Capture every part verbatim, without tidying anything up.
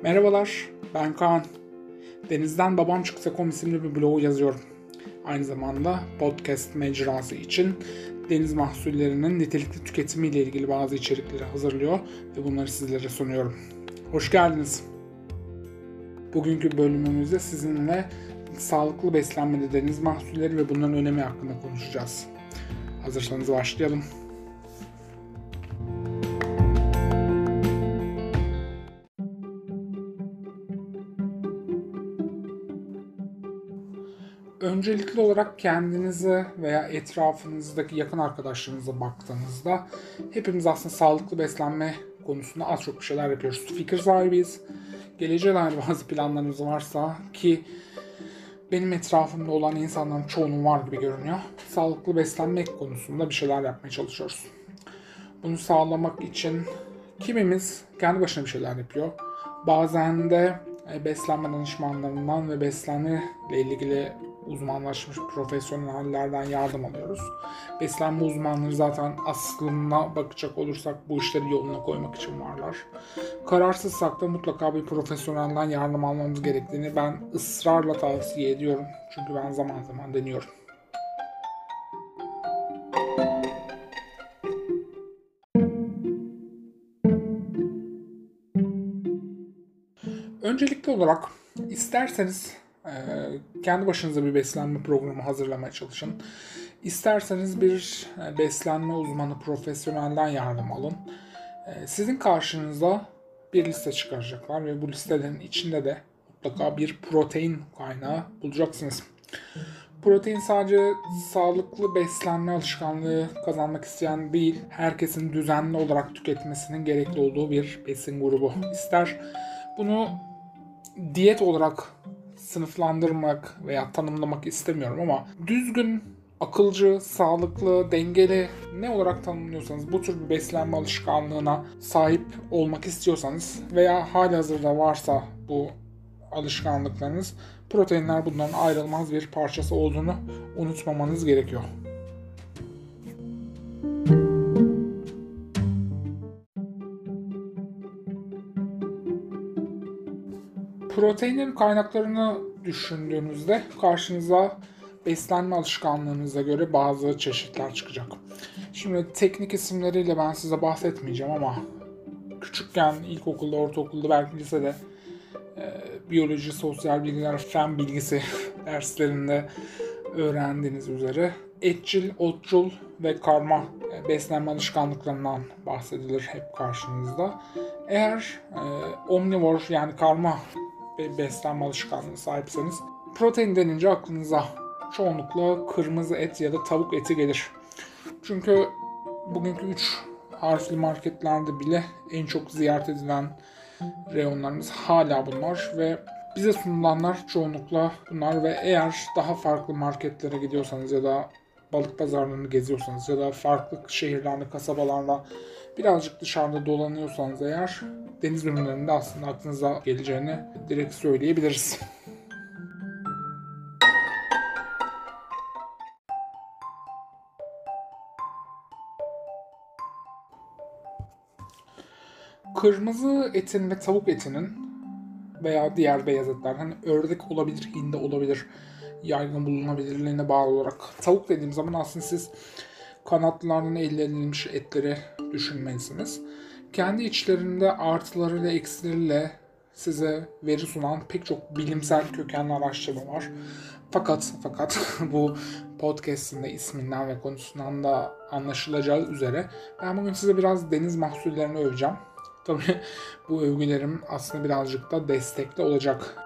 Merhabalar, ben Kaan. Denizden Babam Çıksa nokta com isimli bir blog yazıyorum. Aynı zamanda podcast mecrası için deniz mahsullerinin nitelikli tüketimi ile ilgili bazı içerikleri hazırlıyor ve bunları sizlere sunuyorum. Hoş geldiniz. Bugünkü bölümümüzde sizinle sağlıklı beslenmede deniz mahsulleri ve bunların önemi hakkında konuşacağız. Hazırsanız başlayalım. Öncelikli olarak kendinize veya etrafınızdaki yakın arkadaşlarınıza baktığınızda hepimiz aslında sağlıklı beslenme konusunda az çok bir şeyler yapıyoruz. Fikir sahibiyiz. Geleceğe dair bazı planlarımız varsa ki benim etrafımda olan insanların çoğunun var gibi görünüyor. Sağlıklı beslenmek konusunda bir şeyler yapmaya çalışıyoruz. Bunu sağlamak için kimimiz kendi başına bir şeyler yapıyor. Bazen de beslenme danışmanlarından ve beslenme ile ilgili uzmanlaşmış profesyonellerden yardım alıyoruz. Beslenme uzmanları zaten aslına bakacak olursak bu işleri yoluna koymak için varlar. Kararsızsak da mutlaka bir profesyonelden yardım almamız gerektiğini ben ısrarla tavsiye ediyorum. Çünkü ben zaman zaman deniyorum. Öncelikli olarak isterseniz kendi başınıza bir beslenme programı hazırlamaya çalışın. İsterseniz bir beslenme uzmanı profesyonelden yardım alın. Sizin karşınıza bir liste çıkaracaklar ve bu listelerin içinde de mutlaka bir protein kaynağı bulacaksınız. Protein sadece sağlıklı beslenme alışkanlığı kazanmak isteyen değil, herkesin düzenli olarak tüketmesinin gerekli olduğu bir besin grubu. İster bunu diyet olarak sınıflandırmak veya tanımlamak istemiyorum ama düzgün, akılcı, sağlıklı, dengeli ne olarak tanımlıyorsanız bu tür bir beslenme alışkanlığına sahip olmak istiyorsanız veya halihazırda varsa bu alışkanlıklarınız, proteinler bunların ayrılmaz bir parçası olduğunu unutmamanız gerekiyor. Proteinin kaynaklarını düşündüğünüzde karşınıza beslenme alışkanlığınıza göre bazı çeşitler çıkacak. Şimdi teknik isimleriyle ben size bahsetmeyeceğim ama küçükken ilkokulda, ortaokulda, belki lisede e, biyoloji, sosyal bilgiler, fen bilgisi derslerinde öğrendiğiniz üzere etçil, otçul ve karma beslenme alışkanlıklarından bahsedilir hep karşınızda. Eğer e, omnivor yani karma ve beslenme alışkanlığı sahipseniz protein denince aklınıza çoğunlukla kırmızı et ya da tavuk eti gelir. Çünkü bugünkü üç harfli marketlerde bile en çok ziyaret edilen reyonlarımız hala bunlar ve bize sunulanlar çoğunlukla bunlar ve eğer daha farklı marketlere gidiyorsanız ya da balık pazarlarını geziyorsanız ya da farklı şehirlerde, kasabalarda birazcık dışarıda dolanıyorsanız eğer deniz ürünlerinde aslında aklınıza geleceğini direkt söyleyebiliriz. Kırmızı etin ve tavuk etinin veya diğer beyaz etler, hani ördek olabilir, hindi olabilir, yaygın bulunabilirliğine bağlı olarak. Tavuk dediğim zaman aslında siz kanatlarından elde edilmiş etleri düşünmelisiniz. Kendi içlerinde artılarıyla eksileriyle size veri sunan pek çok bilimsel kökenli araştırma var. Fakat fakat bu podcast'in de isminden ve konusundan da anlaşılacağı üzere ben bugün size biraz deniz mahsullerini öveceğim. Tabii bu övgülerim aslında birazcık da destekli olacak.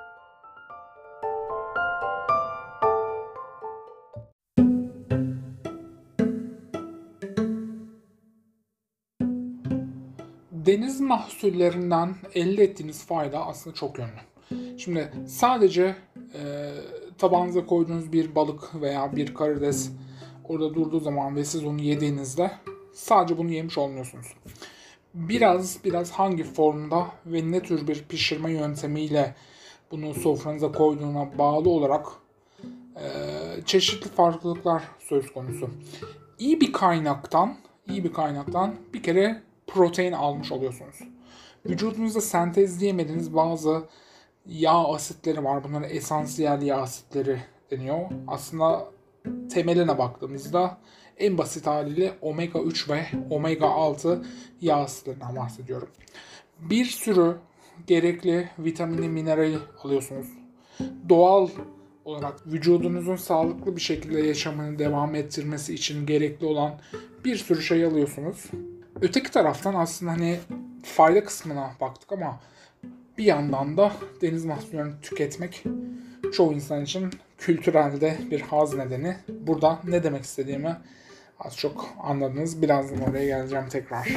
Deniz mahsullerinden elde ettiğiniz fayda aslında çok yönlü. Şimdi sadece e, tabağınıza koyduğunuz bir balık veya bir karides orada durduğu zaman ve siz onu yediğinizde sadece bunu yemiş olmuyorsunuz. Biraz biraz hangi formda ve ne tür bir pişirme yöntemiyle bunu sofranıza koyduğuna bağlı olarak e, çeşitli farklılıklar söz konusu. İyi bir kaynaktan, iyi bir kaynaktan bir kere protein almış oluyorsunuz. vücudunuzda sentezleyemediğiniz bazı yağ asitleri var. Bunlara esansiyel yağ asitleri deniyor. Aslında temeline baktığımızda en basit haliyle omega üç ve omega altı yağ asitlerinden bahsediyorum. Bir sürü gerekli vitamini, minerali alıyorsunuz. Doğal olarak vücudunuzun sağlıklı bir şekilde yaşamını devam ettirmesi için gerekli olan bir sürü şey alıyorsunuz. Öteki taraftan aslında hani fayda kısmına baktık ama bir yandan da deniz mahsullerini tüketmek çoğu insan için kültürelde bir haz nedeni. Burada ne demek istediğimi az çok anladınız. Birazdan oraya geleceğim tekrar.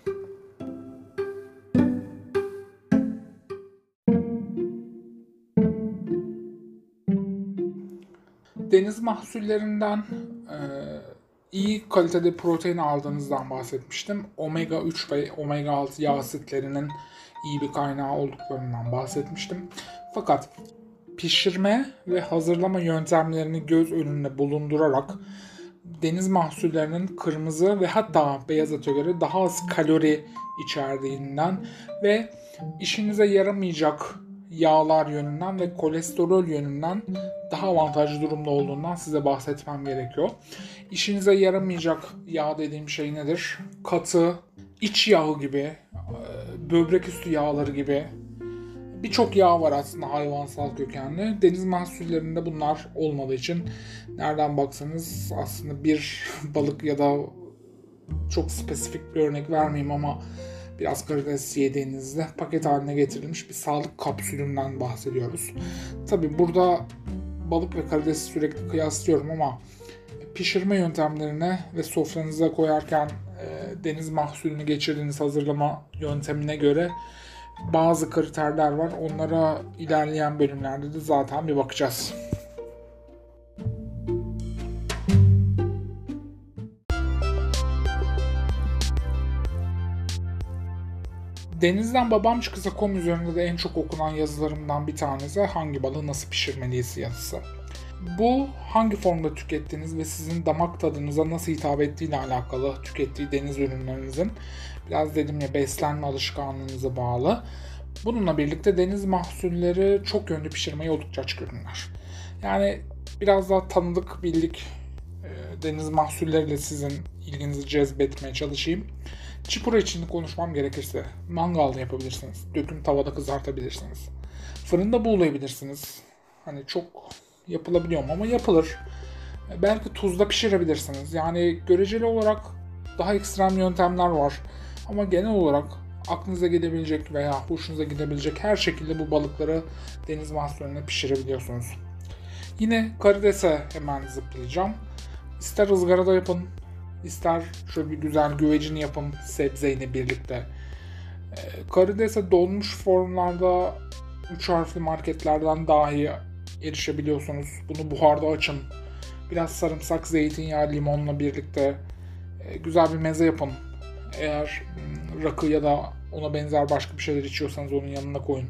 Deniz mahsullerinden e, iyi kalitede protein aldığınızdan bahsetmiştim. omega üç ve omega altı yağ asitlerinin iyi bir kaynağı olduklarından bahsetmiştim. Fakat pişirme ve hazırlama yöntemlerini göz önünde bulundurarak deniz mahsullerinin kırmızı ve hatta beyaz ete göre daha az kalori içerdiğinden ve işinize yaramayacak yağlar yönünden ve kolesterol yönünden daha avantajlı durumda olduğundan size bahsetmem gerekiyor. İşinize yaramayacak yağ dediğim şey nedir? Katı, iç yağı gibi, böbrek üstü yağları gibi birçok yağ var aslında hayvansal kökenli. Deniz mahsullerinde bunlar olmadığı için nereden baksanız aslında bir balık ya da çok spesifik bir örnek vermeyeyim ama biraz karides yediğinizde paket haline getirilmiş bir sağlık kapsülünden bahsediyoruz. Tabi burada balık ve karidesi sürekli kıyaslıyorum ama pişirme yöntemlerine ve sofranıza koyarken e, deniz mahsulünü geçirdiğiniz hazırlama yöntemine göre bazı kriterler var. Onlara ilerleyen bölümlerde de zaten bir bakacağız. Denizden babam çıksa nokta com üzerinde de en çok okunan yazılarımdan bir tanesi hangi balığı nasıl pişirmeliyiz yazısı. Bu hangi formda tükettiğiniz ve sizin damak tadınıza nasıl hitap ettiğiyle alakalı tükettiği deniz ürünlerinizin biraz dedim ya beslenme alışkanlığınıza bağlı. Bununla birlikte deniz mahsulleri çok yönlü pişirmeyi oldukça açık ürünler. Yani biraz daha tanıdık bildik e, deniz mahsulleriyle sizin ilginizi cezbetmeye çalışayım. Çipura için konuşmam gerekirse mangalda yapabilirsiniz. Döküm tavada kızartabilirsiniz. Fırında buğulayabilirsiniz. Hani çok yapılabiliyor mu ama yapılır. Belki tuzda pişirebilirsiniz. Yani göreceli olarak daha ekstrem yöntemler var. Ama genel olarak aklınıza gidebilecek veya hoşunuza gidebilecek her şekilde bu balıkları deniz mahsullerine pişirebiliyorsunuz. Yine karidese hemen zıplayacağım. İster ızgarada yapın, ister şöyle bir güzel güvecini yapın sebzeyle birlikte. Ee, karidese donmuş formlarda üç harfli marketlerden dahi erişebiliyorsunuz. Bunu buharda açın. Biraz sarımsak, zeytinyağı, limonla birlikte e, güzel bir meze yapın. Eğer rakı ya da ona benzer başka bir şeyler içiyorsanız onun yanına koyun.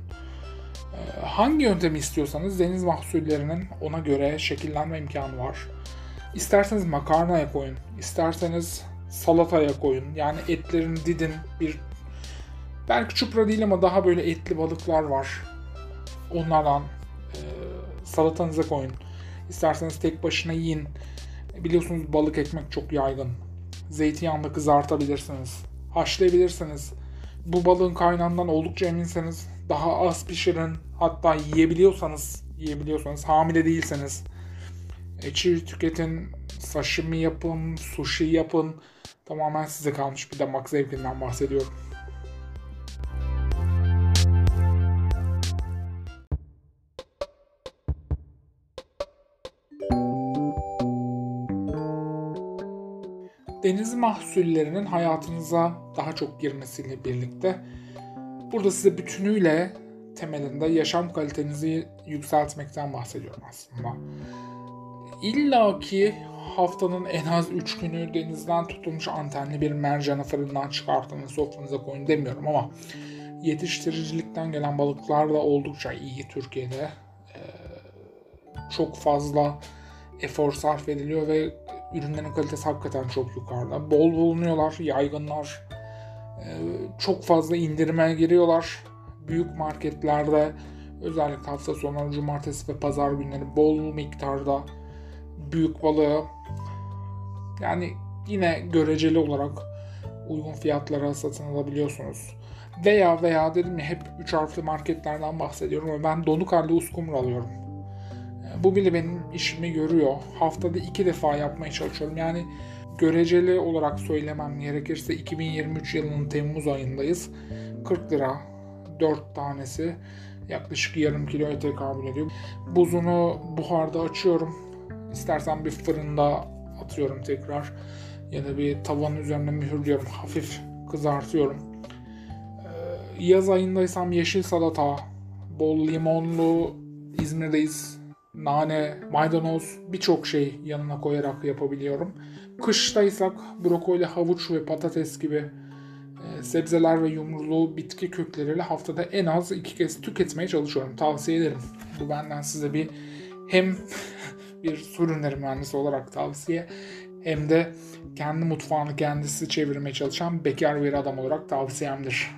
Ee, hangi yöntemi istiyorsanız deniz mahsullerinin ona göre şekillenme imkanı var. İsterseniz makarnaya koyun, isterseniz salataya koyun. Yani etlerini didin. Bir belki çupra değil ama daha böyle etli balıklar var. Onlardan e, salatanıza koyun. İsterseniz tek başına yiyin. Biliyorsunuz balık ekmek çok yaygın. Zeytinyağında kızartabilirsiniz. Haşlayabilirsiniz. Bu balığın kaynağından oldukça eminseniz daha az pişirin. Hatta yiyebiliyorsanız, yiyebiliyorsanız hamile değilseniz çiğ tüketin, sashimi yapın, sushi yapın. Tamamen size kalmış bir damak zevkinden bahsediyorum. Deniz mahsullerinin hayatınıza daha çok girmesiyle birlikte burada size bütünüyle temelinde yaşam kalitenizi yükseltmekten bahsediyorum aslında. İlla ki haftanın en az üç günü denizden tutulmuş antenli bir mercanı fırından çıkartın ve sofranıza koyun demiyorum ama yetiştiricilikten gelen balıklar da oldukça iyi Türkiye'de. Ee, çok fazla efor sarf ediliyor ve ürünlerin kalitesi hakikaten çok yukarıda. Bol bulunuyorlar, yaygınlar. çok fazla indirime giriyorlar. Büyük marketlerde özellikle hafta sonları, cumartesi ve pazar günleri bol miktarda büyük balığı, yani yine göreceli olarak uygun fiyatlara satın alabiliyorsunuz. Veya veya dedim ya, hep üç harfli marketlerden bahsediyorum ve ben donuk halde uskumru alıyorum. Bu bile benim işimi görüyor. Haftada iki defa yapmaya çalışıyorum. Yani göreceli olarak söylemem gerekirse iki bin yirmi üç yılının Temmuz ayındayız. kırk lira dört tanesi, yaklaşık yarım kiloya tekabül ediyor. Buzunu buharda açıyorum. İstersen bir fırında atıyorum tekrar. Ya da bir tavanın üzerine mühürlüyorum. Hafif kızartıyorum. Ee, yaz ayındaysam yeşil salata, bol limonlu, İzmir'deyiz, nane, maydanoz, birçok şey yanına koyarak yapabiliyorum. Kıştaysak brokoli, havuç ve patates gibi e, sebzeler ve yumurlu bitki kökleriyle haftada en az iki kez tüketmeye çalışıyorum. Tavsiye ederim. Bu benden size bir hem bir su ürünleri mühendisi olarak tavsiye, hem de kendi mutfağını kendisi çevirmeye çalışan bekar bir adam olarak tavsiyemdir.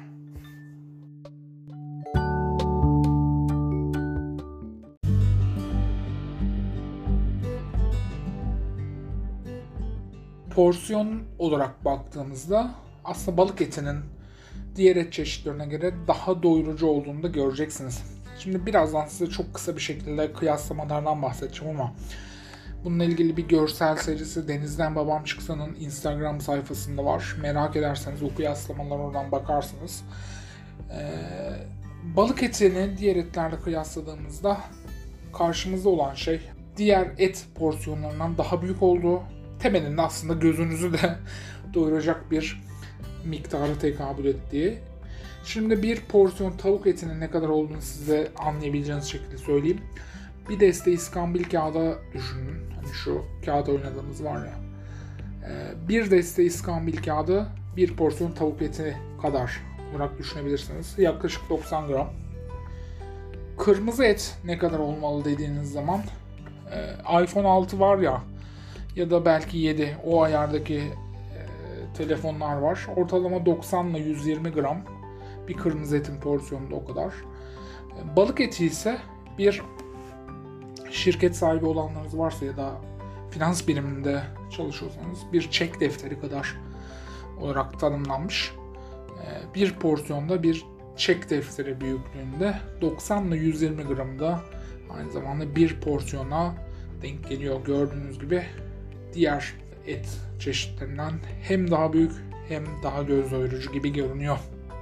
Porsiyon olarak baktığımızda aslında balık etinin diğer et çeşitlerine göre daha doyurucu olduğunu da göreceksiniz. Şimdi birazdan size çok kısa bir şekilde kıyaslamalardan bahsedeceğim ama bununla ilgili bir görsel serisi Denizden Babam Çıksa'nın Instagram sayfasında var. Merak ederseniz o kıyaslamalara oradan bakarsınız. Ee, balık etini diğer etlerle kıyasladığımızda karşımızda olan şey diğer et porsiyonlarından daha büyük olduğu, temelinde aslında gözünüzü de doyuracak bir miktarı tekabül ettiği. Şimdi bir porsiyon tavuk etinin ne kadar olduğunu size anlayabileceğiniz şekilde söyleyeyim. Bir deste iskambil kağıda düşünün. Hani şu kağıda oynadığımız var ya. Bir deste iskambil kağıdı bir porsiyon tavuk eti kadar olarak düşünebilirsiniz. Yaklaşık doksan gram. Kırmızı et ne kadar olmalı dediğiniz zaman iPhone altı var ya, ya da belki yedi, o ayardaki e, telefonlar var. Ortalama doksan ile yüz yirmi gram bir kırmızı etin porsiyonu da o kadar. E, balık eti ise bir şirket sahibi olanlarınız varsa ya da finans biriminde çalışıyorsanız bir çek defteri kadar olarak tanımlanmış. E, bir porsiyonda bir çek defteri büyüklüğünde doksan ile yüz yirmi gram da aynı zamanda bir porsiyona denk geliyor. Gördüğünüz gibi diğer et çeşitlerinden hem daha büyük hem daha göz doyurucu gibi görünüyor.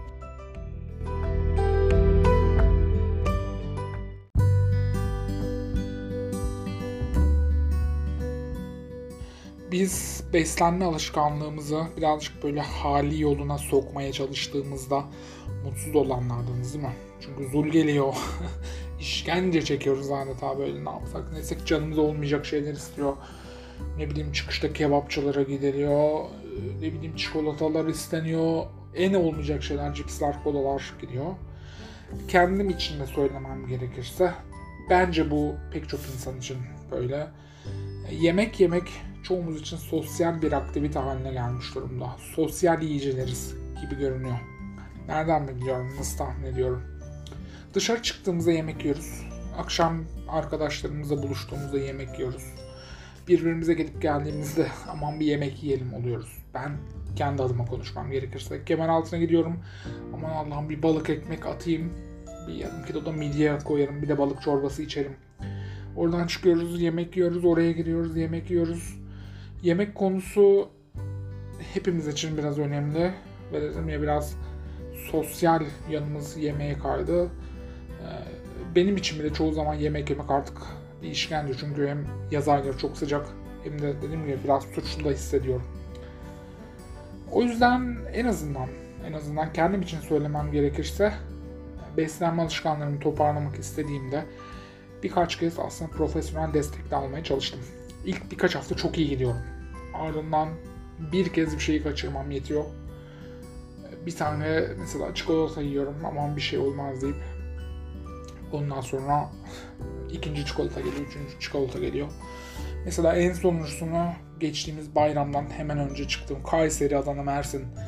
Biz beslenme alışkanlığımızı birazcık böyle hali yoluna sokmaya çalıştığımızda mutsuz olanlardanız değil mi? Çünkü zul geliyor. İşkence çekiyoruz adeta, böyle ne yapsak neyse, canımız olmayacak şeyler istiyor. Ne bileyim, çıkışta kebapçılara gidiliyor, ne bileyim çikolatalar isteniyor, en olmayacak şeyler, cipsler, kolalar gidiyor. Kendim için de söylemem gerekirse, bence bu pek çok insan için böyle. Yemek yemek çoğumuz için sosyal bir aktivite haline gelmiş durumda. Sosyal yiyicileriz gibi görünüyor. Nereden biliyorum, nasıl tahmin ediyorum? Dışarı çıktığımızda yemek yiyoruz. Akşam arkadaşlarımızla buluştuğumuzda yemek yiyoruz. Birbirimize gelip geldiğimizde aman bir yemek yiyelim oluyoruz. Ben kendi adıma konuşmam gerekirse kemer altına gidiyorum. Aman Allah'ım bir balık ekmek atayım. Bir yarım kilo da midye koyarım. Bir de balık çorbası içerim. Oradan çıkıyoruz, yemek yiyoruz. Oraya giriyoruz, yemek yiyoruz. Yemek konusu hepimiz için biraz önemli. Ve dedim ya, biraz sosyal yanımız yemeğe kaydı. Benim için bile çoğu zaman yemek yemek artık bir işkence, çünkü hem yaz ayları çok sıcak hem de dediğim gibi biraz suçlu da hissediyorum. O yüzden en azından en azından kendim için söylemem gerekirse, beslenme alışkanlarımı toparlamak istediğimde birkaç kez aslında profesyonel destek de almaya çalıştım. İlk birkaç hafta çok iyi gidiyorum. Ardından bir kez bir şeyi kaçırmam yetiyor. Bir tane mesela çikolata yiyorum, aman bir şey olmaz deyip ondan sonra ikinci çikolata geliyor, üçüncü çikolata geliyor. Mesela en sonuncusunu geçtiğimiz bayramdan hemen önce çıktığım Kayseri, Adana, Mersin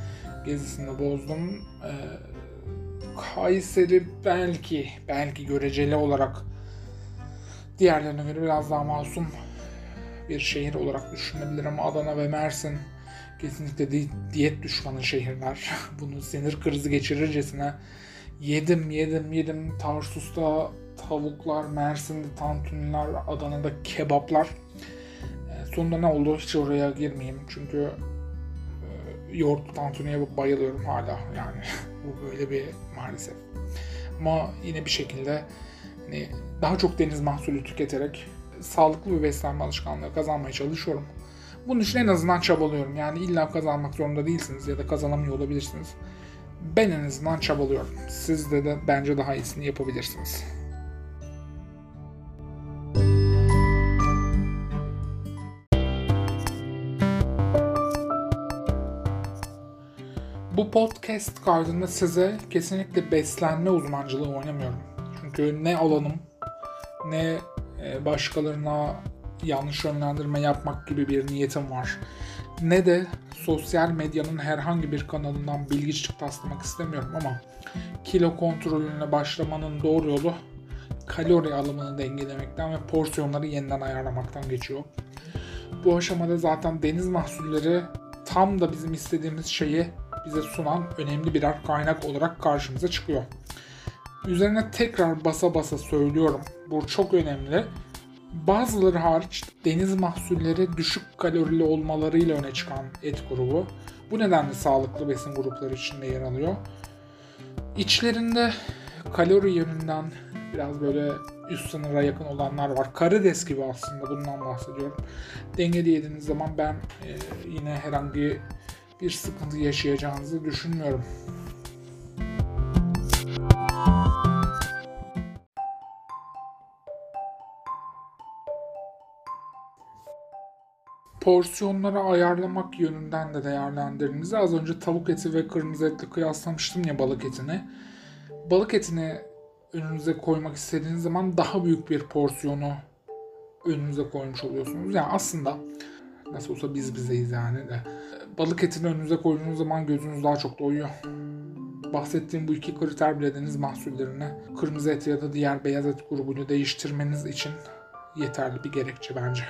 gezisinde bozdum. Ee, Kayseri belki, belki göreceli olarak diğerlerine göre biraz daha masum bir şehir olarak düşünülebilir ama Adana ve Mersin kesinlikle di- diyet düşmanı şehirler. Bunu sinir krizi geçirircesine yedim yedim yedim. Tarsus'ta tavuklar, Mersin'de tantuniler, Adana'da kebaplar. E, sonunda ne oldu hiç oraya girmeyeyim çünkü e, yoğurtlu tantuniye bayılıyorum hala yani. Bu böyle bir maalesef. Ama yine bir şekilde hani daha çok deniz mahsulü tüketerek sağlıklı bir beslenme alışkanlığı kazanmaya çalışıyorum. Bunun için en azından çabalıyorum. Yani illa kazanmak zorunda değilsiniz ya da kazanamıyor olabilirsiniz. Ben en azından çabalıyorum. Siz de, de bence daha iyisini yapabilirsiniz. Bu podcast kaydında size kesinlikle beslenme uzmancılığı oynamıyorum. Çünkü ne alanım ne başkalarına yanlış yönlendirme yapmak gibi bir niyetim var. Ne de sosyal medyanın herhangi bir kanalından bilgi çıkartmak istemiyorum ama kilo kontrolüne başlamanın doğru yolu kalori alımını dengelemekten ve porsiyonları yeniden ayarlamaktan geçiyor. Bu aşamada zaten deniz mahsulleri tam da bizim istediğimiz şeyi bize sunan önemli birer kaynak olarak karşımıza çıkıyor. Üzerine tekrar basa basa söylüyorum. Bu çok önemli. Bazıları hariç deniz mahsulleri düşük kalorili olmalarıyla öne çıkan et grubu. Bu nedenle sağlıklı besin grupları içinde yer alıyor. İçlerinde kalori yönünden biraz böyle üst sınıra yakın olanlar var. Karides gibi aslında bundan bahsediyorum. Dengeli yediğiniz zaman ben e, yine herhangi bir sıkıntı yaşayacağınızı düşünmüyorum. Porsiyonları ayarlamak yönünden de değerlendirdiğinizde az önce tavuk eti ve kırmızı etle kıyaslamıştım ya balık etini. Balık etini önünüze koymak istediğiniz zaman daha büyük bir porsiyonu önünüze koymuş oluyorsunuz. Yani aslında nasıl olsa biz bizeyiz yani de. Balık etini önünüze koyduğunuz zaman gözünüz daha çok doyuyor. Bahsettiğim bu iki kriter bile deniz mahsullerini kırmızı et ya da diğer beyaz et grubuyla değiştirmeniz için yeterli bir gerekçe bence.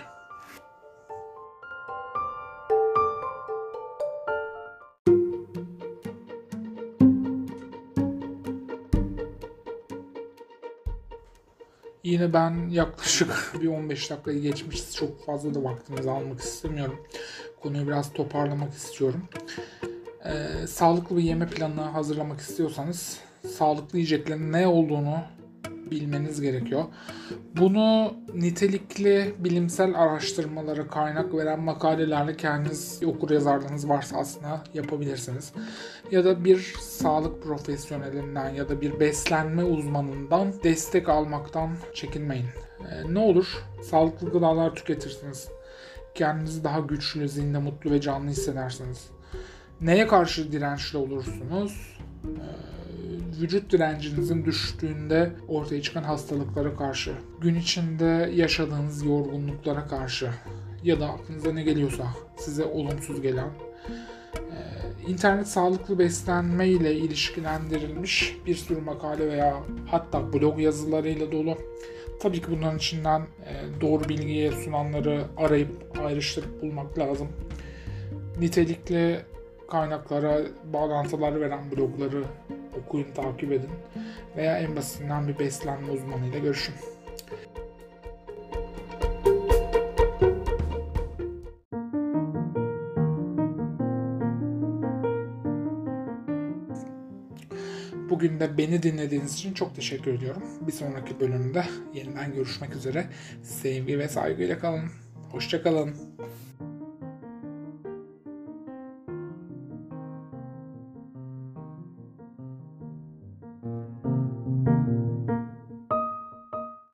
Yine ben yaklaşık bir on beş dakikayı geçmişiz. Çok fazla da vaktinizi almak istemiyorum. Konuyu biraz toparlamak istiyorum. Ee, sağlıklı bir yeme planı hazırlamak istiyorsanız sağlıklı yiyeceklerin ne olduğunu bilmeniz gerekiyor. Bunu nitelikli bilimsel araştırmalara kaynak veren makalelerle kendiniz okur yazarlığınız varsa aslında yapabilirsiniz. Ya da bir sağlık profesyonelinden ya da bir beslenme uzmanından destek almaktan çekinmeyin. Ee, ne olur? Sağlıklı gıdalar tüketirsiniz. Kendinizi daha güçlü, zinde, mutlu ve canlı hissedersiniz. Neye karşı dirençli olursunuz? Ee, vücut direncinizin düştüğünde ortaya çıkan hastalıklara karşı, gün içinde yaşadığınız yorgunluklara karşı ya da aklınıza ne geliyorsa size olumsuz gelen, e, internet sağlıklı beslenme ile ilişkilendirilmiş bir sürü makale veya hatta blog yazılarıyla dolu. Tabii ki bunların içinden e, doğru bilgiye sunanları arayıp ayrıştırıp bulmak lazım. Nitelikli kaynaklara bağlantılar veren blogları okuyun, takip edin veya en basitinden bir beslenme uzmanıyla görüşün. Bugün de beni dinlediğiniz için çok teşekkür ediyorum. Bir sonraki bölümde yeniden görüşmek üzere. Sevgi ve saygıyla kalın. Hoşça kalın.